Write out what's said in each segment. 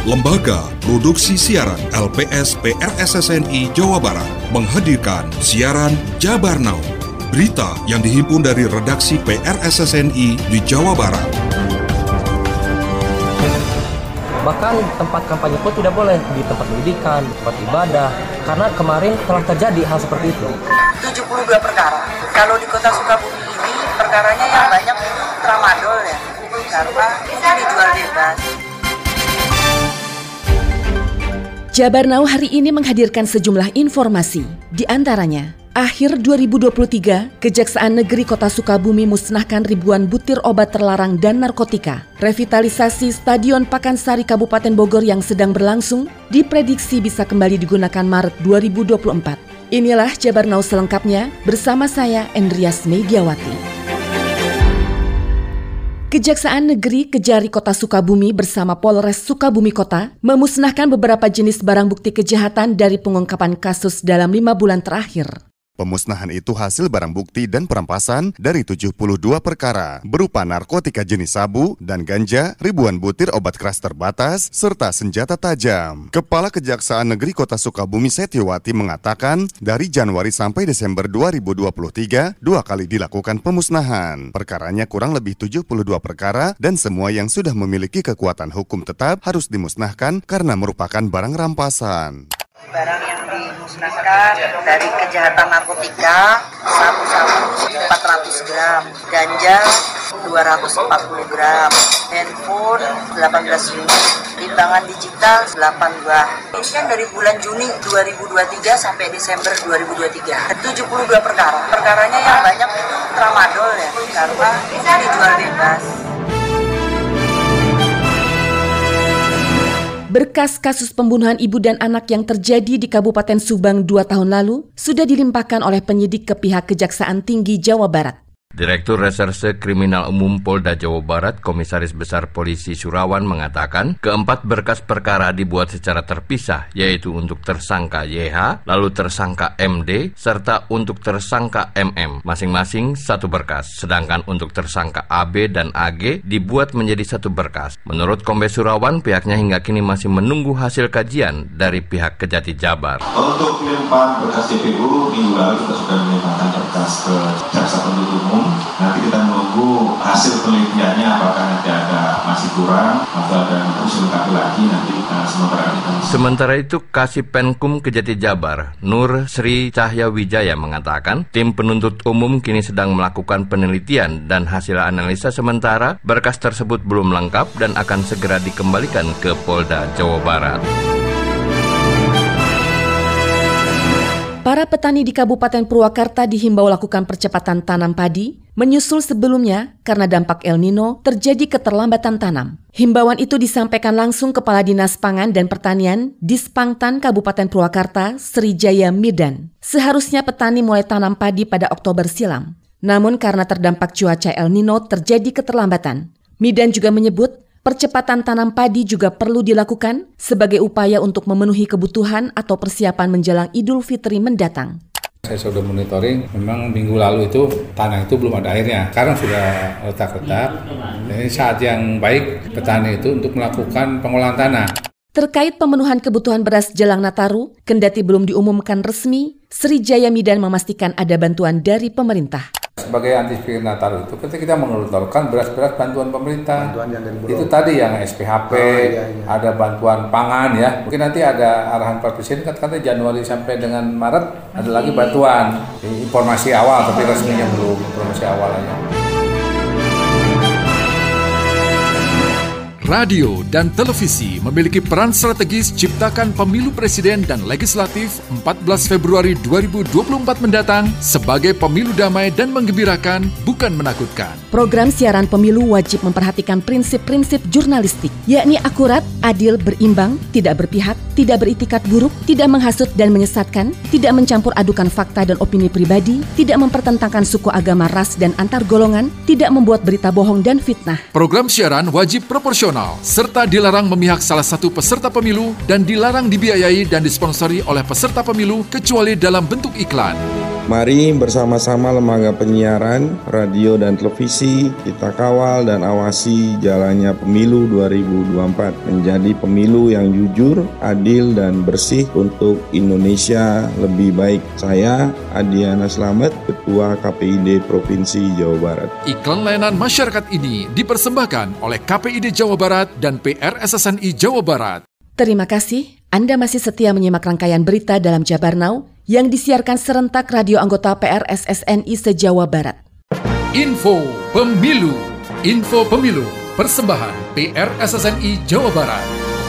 Lembaga Produksi Siaran LPS PRSSNI Jawa Barat menghadirkan siaran Jabar Now, berita yang dihimpun dari redaksi PRSSNI di Jawa Barat. Bahkan tempat kampanye pun tidak boleh di tempat pendidikan, tempat ibadah, karena kemarin telah terjadi hal seperti itu. 72 perkara. Kalau di Kota Sukabumi ini perkaranya yang banyak tramadol ya, karena ini dijual bebas. Jabar Now hari ini menghadirkan sejumlah informasi. Di antaranya, akhir 2023, Kejaksaan Negeri Kota Sukabumi musnahkan ribuan butir obat terlarang dan narkotika. Revitalisasi Stadion Pakansari Kabupaten Bogor yang sedang berlangsung diprediksi bisa kembali digunakan Maret 2024. Inilah Jabar Now selengkapnya bersama saya Endrias Mediawati. Kejaksaan Negeri Kejari Kota Sukabumi bersama Polres Sukabumi Kota memusnahkan beberapa jenis barang bukti kejahatan dari pengungkapan kasus dalam 5 bulan terakhir. Pemusnahan itu hasil barang bukti dan perampasan dari 72 perkara, berupa narkotika jenis sabu dan ganja, ribuan butir obat keras terbatas, serta senjata tajam. Kepala Kejaksaan Negeri Kota Sukabumi Setiawati mengatakan, dari Januari sampai Desember 2023, 2 kali dilakukan pemusnahan. Perkaranya kurang lebih 72 perkara dan semua yang sudah memiliki kekuatan hukum tetap harus dimusnahkan karena merupakan barang rampasan. Barang yang dimusnahkan dari kejahatan narkotika, sabu-sabu 400 gram, ganja 240 gram, handphone 18 unit, timbangan digital 8 buah. Ini kan dari bulan Juni 2023 sampai Desember 2023. 72 perkara. Perkaranya yang banyak itu tramadol ya, karena ini dijual bebas. Berkas kasus pembunuhan ibu dan anak yang terjadi di Kabupaten Subang 2 tahun lalu sudah dilimpahkan oleh penyidik ke pihak Kejaksaan Tinggi Jawa Barat. Direktur Reserse Kriminal Umum Polda Jawa Barat, Komisaris Besar Polisi Surawan mengatakan, keempat berkas perkara dibuat secara terpisah, yaitu untuk tersangka YH, lalu tersangka MD, serta untuk tersangka MM, masing-masing satu berkas. Sedangkan untuk tersangka AB dan AG dibuat menjadi satu berkas. Menurut Kombes Surawan, pihaknya hingga kini masih menunggu hasil kajian dari pihak Kejati Jabar. Untuk melimpah berkas JPU, minggu lalu kita sudah melimpahkan berkas ke Jaksa Penuntut Umum. Nanti kita menunggu hasil penelitiannya, apakah nanti ada masih kurang atau ada harus dilengkapi lagi nanti sementara kita. Sementara itu, Kasipenkum Kejati Jabar, Nur Sri Cahya Wijaya mengatakan, tim penuntut umum kini sedang melakukan penelitian dan hasil analisa sementara berkas tersebut belum lengkap dan akan segera dikembalikan ke Polda Jawa Barat. Para petani di Kabupaten Purwakarta dihimbau lakukan percepatan tanam padi, menyusul sebelumnya karena dampak El Nino terjadi keterlambatan tanam. Himbauan itu disampaikan langsung Kepala Dinas Pangan dan Pertanian Dispangtan Kabupaten Purwakarta, Srijaya Midan. Seharusnya petani mulai tanam padi pada Oktober silam. Namun karena terdampak cuaca El Nino terjadi keterlambatan. Midan juga menyebut, percepatan tanam padi juga perlu dilakukan sebagai upaya untuk memenuhi kebutuhan atau persiapan menjelang Idul Fitri mendatang. Saya sudah monitoring, memang minggu lalu itu tanah itu belum ada airnya. Sekarang sudah retak-retak. Ini saat yang baik petani itu untuk melakukan pengolahan tanah. Terkait pemenuhan kebutuhan beras jelang Nataru, kendati belum diumumkan resmi, Srijaya Midan memastikan ada bantuan dari pemerintah. Sebagai antisipasi Nataru itu kita mengelontorkan beras-beras bantuan pemerintah. Bantuan yang dari itu tadi yang SPHP, ada bantuan pangan ya. Mungkin nanti ada arahan Pak Presiden katanya Januari sampai dengan Maret ada lagi bantuan. Informasi awal tapi resminya belum, informasi awal aja. Radio dan televisi memiliki peran strategis ciptakan pemilu presiden dan legislatif 14 Februari 2024 mendatang sebagai pemilu damai dan menggembirakan, bukan menakutkan. Program siaran pemilu wajib memperhatikan prinsip-prinsip jurnalistik, yakni akurat, adil, berimbang, tidak berpihak, tidak beritikat buruk, tidak menghasut dan menyesatkan, tidak mencampur adukan fakta dan opini pribadi, tidak mempertentangkan suku, agama, ras, dan antar golongan, tidak membuat berita bohong dan fitnah. Program siaran wajib proporsional, serta dilarang memihak salah satu peserta pemilu dan dilarang dibiayai dan disponsori oleh peserta pemilu kecuali dalam bentuk iklan. Mari bersama-sama lembaga penyiaran, radio dan televisi kita kawal dan awasi jalannya pemilu 2024 menjadi pemilu yang jujur, adil dan bersih untuk Indonesia lebih baik. Saya Adiana Slamet, Ketua KPID Provinsi Jawa Barat. Iklan layanan masyarakat ini dipersembahkan oleh KPID Jawa Barat dan PRSSNI Jawa Barat. Terima kasih. Anda masih setia menyimak rangkaian berita dalam Jabar Now yang disiarkan serentak radio anggota PRSSNI se-Jawa Barat. Info Pemilu. Persembahan PRSSNI Jawa Barat.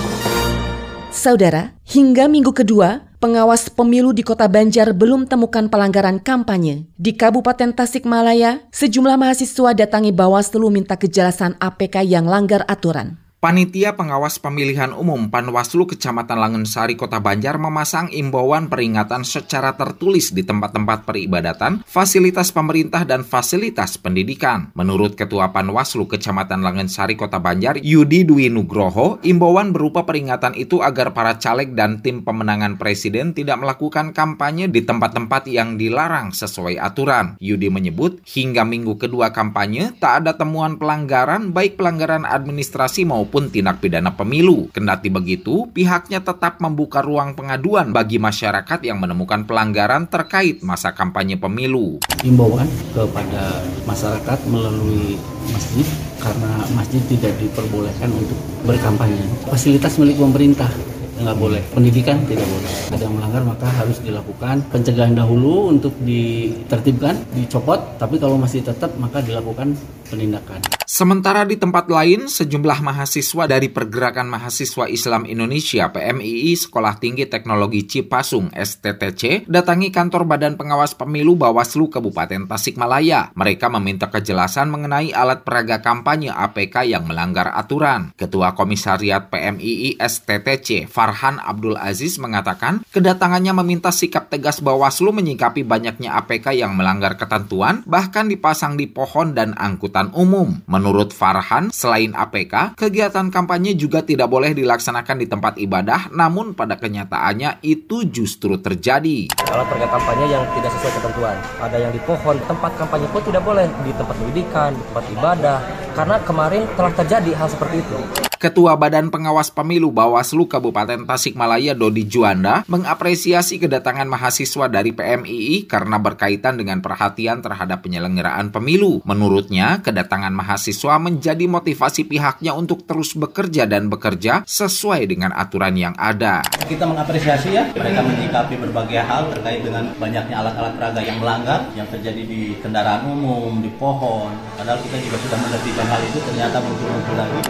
Saudara, hingga minggu kedua, pengawas pemilu di Kota Banjar belum temukan pelanggaran kampanye. Di Kabupaten Tasikmalaya, sejumlah mahasiswa datangi Bawaslu minta kejelasan APK yang langgar aturan. Panitia Pengawas Pemilihan Umum Panwaslu Kecamatan Langensari Kota Banjar memasang imbauan peringatan secara tertulis di tempat-tempat peribadatan, fasilitas pemerintah dan fasilitas pendidikan. Menurut Ketua Panwaslu Kecamatan Langensari Kota Banjar, Yudi Dwi Nugroho, imbauan berupa peringatan itu agar para caleg dan tim pemenangan presiden tidak melakukan kampanye di tempat-tempat yang dilarang sesuai aturan. Yudi menyebut, hingga minggu kedua kampanye, tak ada temuan pelanggaran, baik pelanggaran administrasi maupun tindak pidana pemilu. Kendati begitu, pihaknya tetap membuka ruang pengaduan bagi masyarakat yang menemukan pelanggaran terkait masa kampanye pemilu. Himbauan kepada masyarakat melalui masjid, karena masjid tidak diperbolehkan untuk berkampanye. Fasilitas milik pemerintah nggak boleh, pendidikan tidak boleh. Ada yang melanggar maka harus dilakukan pencegahan dahulu untuk ditertibkan, dicopot, tapi kalau masih tetap maka dilakukan penindakan. Sementara di tempat lain, sejumlah mahasiswa dari Pergerakan Mahasiswa Islam Indonesia PMII Sekolah Tinggi Teknologi Cipasung STTC datangi kantor Badan Pengawas Pemilu Bawaslu Kabupaten Tasikmalaya. Mereka meminta kejelasan mengenai alat peraga kampanye APK yang melanggar aturan. Ketua Komisariat PMII STTC Farhan Abdul Aziz mengatakan kedatangannya meminta sikap tegas Bawaslu menyikapi banyaknya APK yang melanggar ketentuan, bahkan dipasang di pohon dan angkutan umum. Menurut Farhan, selain APK, kegiatan kampanye juga tidak boleh dilaksanakan di tempat ibadah, namun pada kenyataannya itu justru terjadi. Alat peraga kampanye yang tidak sesuai ketentuan, ada yang di pohon, tempat kampanye pun tidak boleh di tempat pendidikan, di tempat ibadah, karena kemarin telah terjadi hal seperti itu. Ketua Badan Pengawas Pemilu Bawaslu Kabupaten Tasikmalaya Dodi Juanda mengapresiasi kedatangan mahasiswa dari PMII karena berkaitan dengan perhatian terhadap penyelenggaraan pemilu. Menurutnya, kedatangan mahasiswa menjadi motivasi pihaknya untuk terus bekerja dan bekerja sesuai dengan aturan yang ada. Kita mengapresiasi ya, mereka menyikapi berbagai hal terkait dengan banyaknya alat-alat peraga yang melanggar, yang terjadi di kendaraan umum, di pohon. Padahal kita juga sudah menertibkan hal itu, ternyata muncul lagi.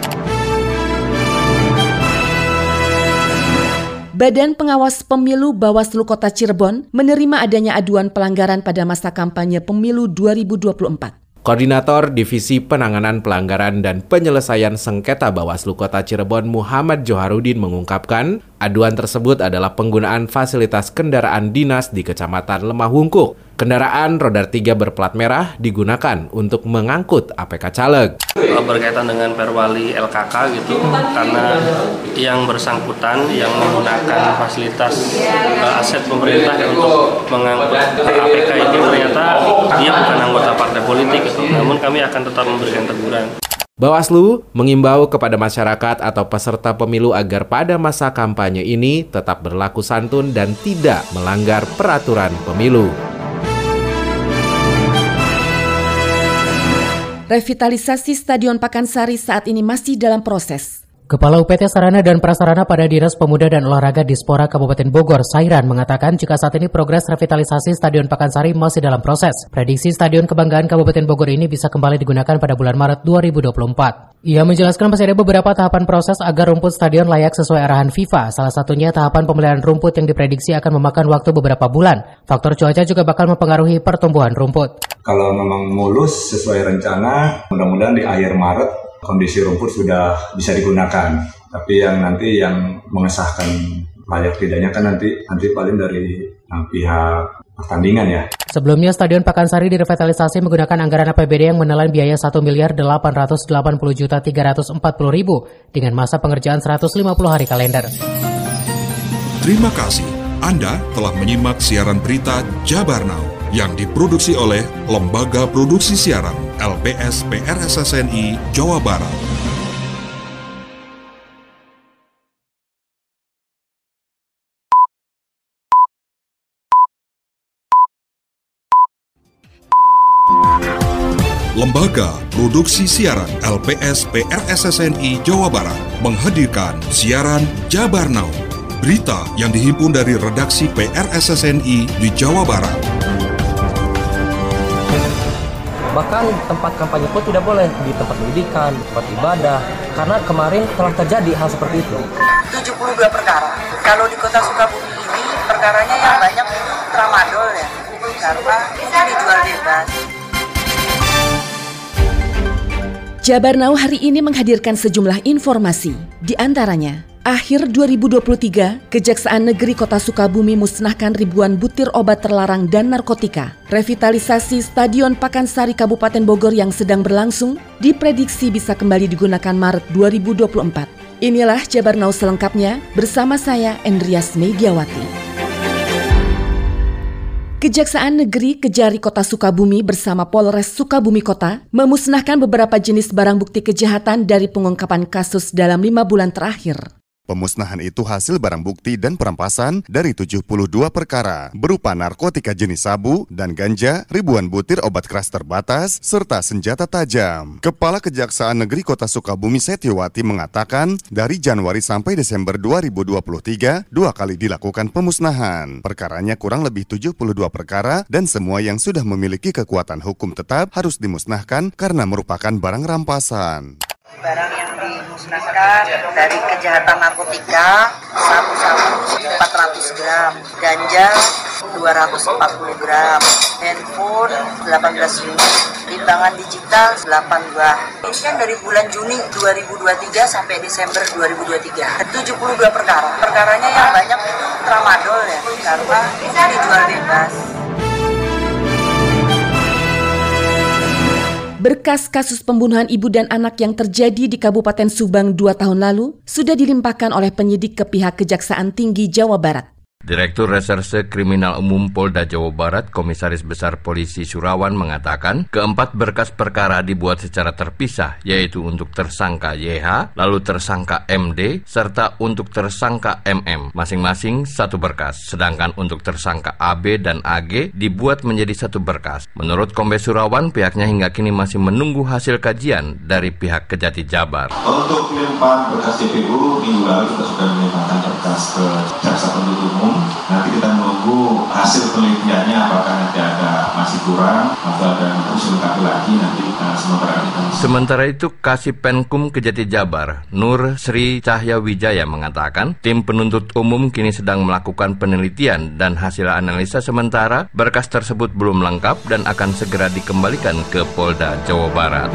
Badan Pengawas Pemilu Bawaslu Kota Cirebon menerima adanya aduan pelanggaran pada masa kampanye pemilu 2024. Koordinator Divisi Penanganan Pelanggaran dan Penyelesaian Sengketa Bawaslu Kota Cirebon Muhammad Joharudin mengungkapkan, aduan tersebut adalah penggunaan fasilitas kendaraan dinas di Kecamatan Lemah Hungkuk. Kendaraan roda 3 berplat merah digunakan untuk mengangkut APK caleg. Berkaitan dengan perwali LKK gitu, karena yang bersangkutan yang menggunakan fasilitas aset pemerintah untuk mengangkut APK ini ternyata dia bukan anggota partai politik gitu. Namun kami akan tetap memberikan teguran. Bawaslu mengimbau kepada masyarakat atau peserta pemilu agar pada masa kampanye ini tetap berlaku santun dan tidak melanggar peraturan pemilu. Revitalisasi Stadion Pakansari saat ini masih dalam proses. Kepala UPT Sarana dan Prasarana pada Dinas Pemuda dan Olahraga Dispora Kabupaten Bogor, Sairan, mengatakan jika saat ini progres revitalisasi Stadion Pakansari masih dalam proses. Prediksi Stadion Kebanggaan Kabupaten Bogor ini bisa kembali digunakan pada bulan Maret 2024. Ia menjelaskan masih ada beberapa tahapan proses agar rumput stadion layak sesuai arahan FIFA. Salah satunya tahapan pemeliharaan rumput yang diprediksi akan memakan waktu beberapa bulan. Faktor cuaca juga bakal mempengaruhi pertumbuhan rumput. Kalau memang mulus sesuai rencana, mudah-mudahan di akhir Maret kondisi rumput sudah bisa digunakan. Tapi yang nanti yang mengesahkan layak tidaknya kan nanti paling dari pihak pertandingan ya. Sebelumnya Stadion Pakansari direvitalisasi menggunakan anggaran APBD yang menelan biaya Rp1.880.340.000 dengan masa pengerjaan 150 hari kalender. Terima kasih. Anda telah menyimak siaran berita Jabar Now. yang diproduksi oleh Lembaga Produksi Siaran LPS PRSSNI Jawa Barat. Lembaga Produksi Siaran LPS PRSSNI Jawa Barat menghadirkan siaran Jabar Now, berita yang dihimpun dari redaksi PRSSNI di Jawa Barat. Bahkan tempat kampanye pun tidak boleh di tempat pendidikan, di tempat ibadah, karena kemarin telah terjadi hal seperti itu. 72 perkara. Kalau di Kota Sukabumi ini perkaranya yang banyak itu tramadol ya, karena itu dijual bebas. Jabar Now hari ini menghadirkan sejumlah informasi. Di antaranya, akhir 2023, Kejaksaan Negeri Kota Sukabumi musnahkan ribuan butir obat terlarang dan narkotika. Revitalisasi Stadion Pakansari Kabupaten Bogor yang sedang berlangsung diprediksi bisa kembali digunakan Maret 2024. Inilah Jabar Now selengkapnya bersama saya Endrias Mediawati. Kejaksaan Negeri Kejari Kota Sukabumi bersama Polres Sukabumi Kota memusnahkan beberapa jenis barang bukti kejahatan dari pengungkapan kasus dalam 5 bulan terakhir. Pemusnahan itu hasil barang bukti dan perampasan dari 72 perkara, berupa narkotika jenis sabu dan ganja, ribuan butir obat keras terbatas, serta senjata tajam. Kepala Kejaksaan Negeri Kota Sukabumi Setiawati mengatakan, dari Januari sampai Desember 2023, 2 kali dilakukan pemusnahan. Perkaranya kurang lebih 72 perkara dan semua yang sudah memiliki kekuatan hukum tetap harus dimusnahkan karena merupakan barang rampasan. Barang yang dimusnahkan dari kejahatan narkotika, sabu 400 gram, ganja 240 gram, handphone 18 unit, limbangan digital 8 buah. Ini kan dari bulan Juni 2023 sampai Desember 2023. 72 perkara. Perkaranya yang banyak itu tramadol ya, karena itu dijual bebas. Berkas kasus pembunuhan ibu dan anak yang terjadi di Kabupaten Subang 2 tahun lalu sudah dilimpahkan oleh penyidik ke pihak Kejaksaan Tinggi Jawa Barat. Direktur Reserse Kriminal Umum Polda Jawa Barat, Komisaris Besar Polisi Surawan mengatakan, keempat berkas perkara dibuat secara terpisah, yaitu untuk tersangka YH, lalu tersangka MD, serta untuk tersangka MM, masing-masing satu berkas. Sedangkan untuk tersangka AB dan AG dibuat menjadi satu berkas. Menurut Kombes Surawan, pihaknya hingga kini masih menunggu hasil kajian dari pihak Kejati Jabar. Untuk melimpah berkas JPU, minggu lalu kita sudah melimpahkan berkas ke Jaksa Penuntut Umum. Nanti kita menunggu hasil penelitiannya apakah nanti ada masih kurang atau ada harus lengkapi lagi nanti sementara kita. Sementara itu, Kasipenkum Kejati Jabar, Nur Sri Cahya Wijaya mengatakan, tim penuntut umum kini sedang melakukan penelitian dan hasil analisa sementara berkas tersebut belum lengkap dan akan segera dikembalikan ke Polda Jawa Barat.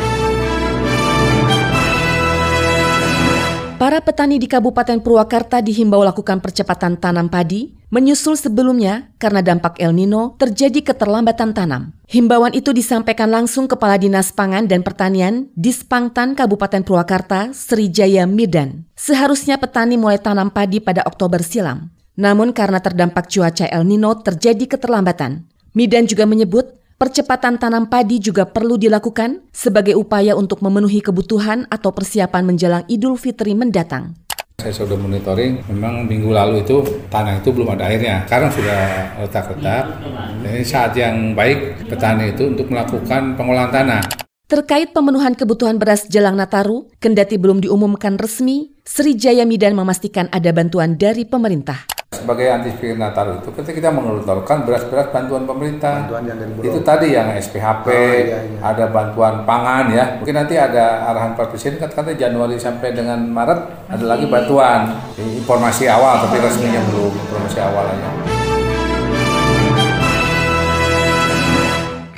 Para petani di Kabupaten Purwakarta dihimbau lakukan percepatan tanam padi, menyusul sebelumnya karena dampak El Nino terjadi keterlambatan tanam. Himbauan itu disampaikan langsung Kepala Dinas Pangan dan Pertanian Dispangtan Kabupaten Purwakarta, Srijaya Midan. Seharusnya petani mulai tanam padi pada Oktober silam. Namun karena terdampak cuaca El Nino terjadi keterlambatan. Midan juga menyebut, percepatan tanam padi juga perlu dilakukan sebagai upaya untuk memenuhi kebutuhan atau persiapan menjelang Idul Fitri mendatang. Saya sudah monitoring, memang minggu lalu itu tanah itu belum ada airnya. Sekarang sudah retak-retak. Ini saat yang baik petani itu untuk melakukan pengolahan tanah. Terkait pemenuhan kebutuhan beras jelang Nataru, kendati belum diumumkan resmi, Srijaya Midan memastikan ada bantuan dari pemerintah. Sebagai antisipasi Nataru itu kita mengelontorkan beras-beras bantuan pemerintah. Itu tadi yang SPHP, ada bantuan pangan ya. Mungkin nanti ada arahan Pak Presiden katanya Januari sampai dengan Maret ada lagi bantuan. Informasi awal tapi resminya belum, informasi awal aja.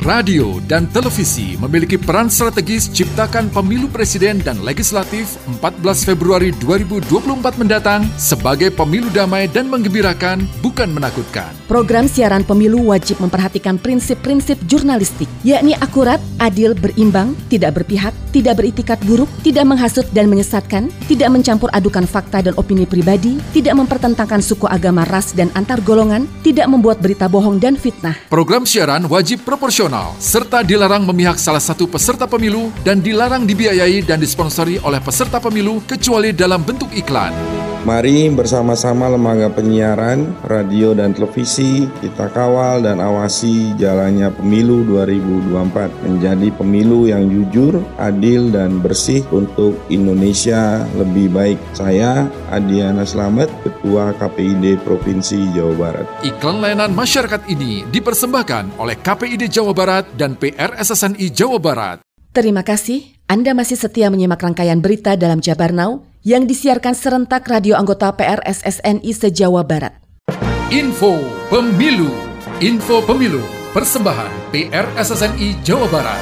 Radio dan televisi memiliki peran strategis ciptakan pemilu presiden dan legislatif 14 Februari 2024 mendatang sebagai pemilu damai dan menggembirakan, bukan menakutkan. Program siaran pemilu wajib memperhatikan prinsip-prinsip jurnalistik, yakni akurat, adil, berimbang, tidak berpihak, tidak beritikat buruk, tidak menghasut dan menyesatkan, tidak mencampur adukan fakta dan opini pribadi, tidak mempertentangkan suku, agama, ras, dan antar golongan, tidak membuat berita bohong dan fitnah. Program siaran wajib proporsional, serta dilarang memihak salah satu peserta pemilu dan dilarang dibiayai dan disponsori oleh peserta pemilu kecuali dalam bentuk iklan. Mari bersama-sama lembaga penyiaran, radio dan televisi kita kawal dan awasi jalannya pemilu 2024 menjadi pemilu yang jujur, adil dan bersih untuk Indonesia lebih baik. Saya Adiana Slamet, Ketua KPID Provinsi Jawa Barat. Iklan layanan masyarakat ini dipersembahkan oleh KPID Jawa Barat dan PRSSNI Jawa Barat. Terima kasih, Anda masih setia menyimak rangkaian berita dalam Jabar Now yang disiarkan serentak radio anggota PRSSNI se-Jawa Barat. Info Pemilu, persembahan PRSSNI Jawa Barat.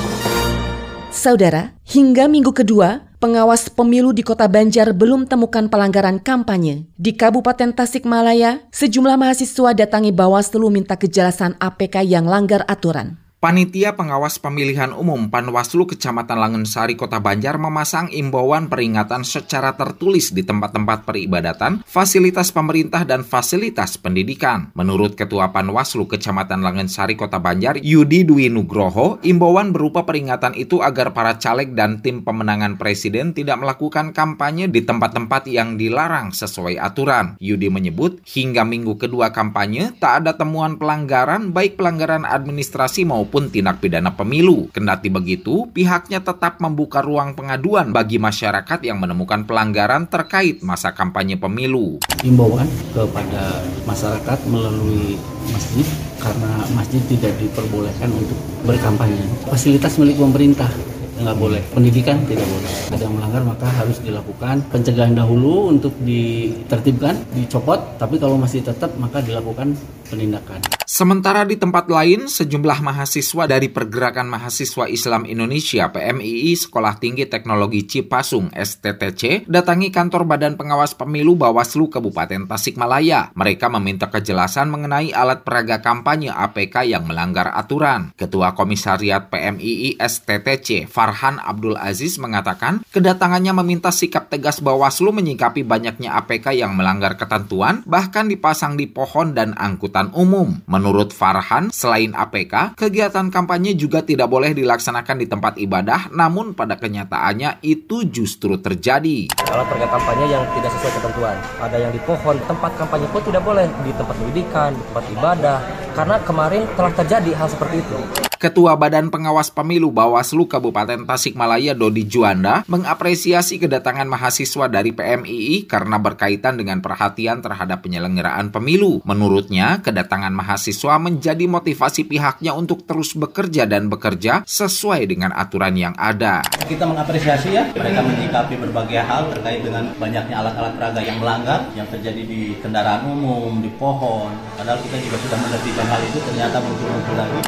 Saudara, hingga minggu kedua, pengawas pemilu di Kota Banjar belum temukan pelanggaran kampanye. Di Kabupaten Tasikmalaya, sejumlah mahasiswa datangi Bawaslu minta kejelasan APK yang langgar aturan. Panitia Pengawas Pemilihan Umum Panwaslu Kecamatan Langensari Kota Banjar memasang imbauan peringatan secara tertulis di tempat-tempat peribadatan, fasilitas pemerintah dan fasilitas pendidikan. Menurut Ketua Panwaslu Kecamatan Langensari Kota Banjar, Yudi Dwi Nugroho, imbauan berupa peringatan itu agar para caleg dan tim pemenangan presiden tidak melakukan kampanye di tempat-tempat yang dilarang sesuai aturan. Yudi menyebut, hingga minggu kedua kampanye, tak ada temuan pelanggaran, baik pelanggaran administrasi maupun tindak pidana pemilu. Kendati begitu, pihaknya tetap membuka ruang pengaduan bagi masyarakat yang menemukan pelanggaran terkait masa kampanye pemilu. Himbauan kepada masyarakat melalui masjid, karena masjid tidak diperbolehkan untuk berkampanye. Fasilitas milik pemerintah nggak boleh, pendidikan tidak boleh. Ada yang melanggar maka harus dilakukan pencegahan dahulu untuk ditertibkan, dicopot, tapi kalau masih tetap maka dilakukan penindakan. Sementara di tempat lain, sejumlah mahasiswa dari Pergerakan Mahasiswa Islam Indonesia PMII Sekolah Tinggi Teknologi Cipasung STTC datangi kantor Badan Pengawas Pemilu Bawaslu Kabupaten Tasikmalaya. Mereka meminta kejelasan mengenai alat peraga kampanye APK yang melanggar aturan. Ketua Komisariat PMII STTC Farhan Abdul Aziz mengatakan kedatangannya meminta sikap tegas Bawaslu menyikapi banyaknya APK yang melanggar ketentuan, bahkan dipasang di pohon dan angkutan umum. Menurut Farhan, selain APK, kegiatan kampanye juga tidak boleh dilaksanakan di tempat ibadah, namun pada kenyataannya itu justru terjadi. Alat peraga kampanye yang tidak sesuai ketentuan, ada yang di pohon, tempat kampanye pun tidak boleh, di tempat pendidikan, di tempat ibadah, karena kemarin telah terjadi hal seperti itu. Ketua Badan Pengawas Pemilu Bawaslu Kabupaten Tasikmalaya Dodi Juanda mengapresiasi kedatangan mahasiswa dari PMII karena berkaitan dengan perhatian terhadap penyelenggaraan pemilu. Menurutnya, kedatangan mahasiswa menjadi motivasi pihaknya untuk terus bekerja dan bekerja sesuai dengan aturan yang ada. Kita mengapresiasi ya, mereka menyikapi berbagai hal terkait dengan banyaknya alat-alat peraga yang melanggar, yang terjadi di kendaraan umum, di pohon. Padahal kita juga sudah menertibkan hal itu, ternyata muncul lagi.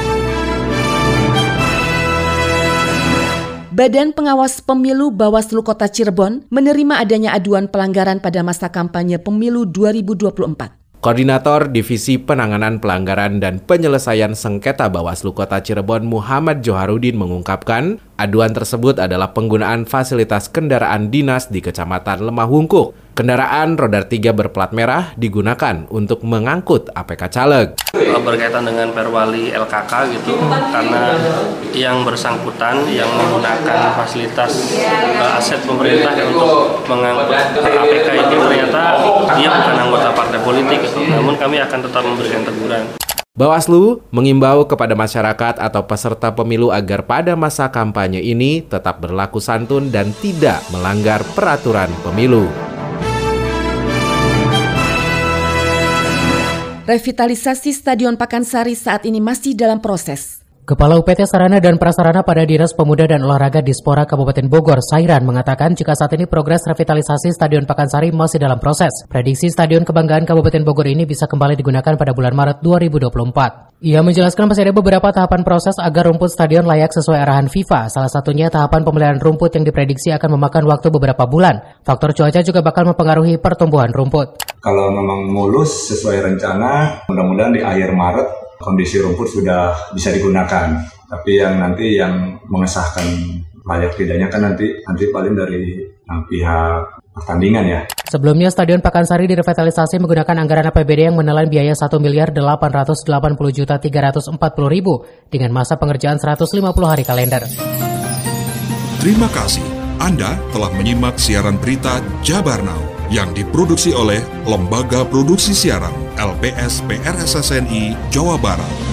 Badan Pengawas Pemilu Bawaslu Kota Cirebon menerima adanya aduan pelanggaran pada masa kampanye pemilu 2024. Koordinator Divisi Penanganan Pelanggaran dan Penyelesaian Sengketa Bawaslu Kota Cirebon Muhammad Joharudin mengungkapkan, aduan tersebut adalah penggunaan fasilitas kendaraan dinas di Kecamatan Lemah Wungkuk. Kendaraan roda 3 berplat merah digunakan untuk mengangkut APK caleg. Berkaitan dengan Perwali LKK gitu, karena yang bersangkutan yang menggunakan fasilitas aset pemerintah untuk mengangkut APK ini ternyata dia bukan anggota partai politik gitu. Namun kami akan tetap memberikan teguran. Bawaslu mengimbau kepada masyarakat atau peserta pemilu agar pada masa kampanye ini tetap berlaku santun dan tidak melanggar peraturan pemilu. Revitalisasi Stadion Pakansari saat ini masih dalam proses. Kepala UPT Sarana dan Prasarana pada Dinas Pemuda dan Olahraga Dispora Kabupaten Bogor, Sairan, mengatakan jika saat ini progres revitalisasi Stadion Pakansari masih dalam proses. Prediksi Stadion Kebanggaan Kabupaten Bogor ini bisa kembali digunakan pada bulan Maret 2024. Ia menjelaskan masih ada beberapa tahapan proses agar rumput stadion layak sesuai arahan FIFA. Salah satunya tahapan pemeliharaan rumput yang diprediksi akan memakan waktu beberapa bulan. Faktor cuaca juga bakal mempengaruhi pertumbuhan rumput. Kalau memang mulus sesuai rencana, mudah-mudahan di akhir Maret kondisi rumput sudah bisa digunakan. Tapi yang nanti yang mengesahkan layak tidaknya kan nanti paling dari pihak pertandingan ya. Sebelumnya Stadion Pakansari direvitalisasi menggunakan anggaran APBD yang menelan biaya 1.880.340.000 dengan masa pengerjaan 150 hari kalender. Terima kasih. Anda telah menyimak siaran berita Jabar Now yang diproduksi oleh Lembaga Produksi Siaran LPS PRSSNI Jawa Barat.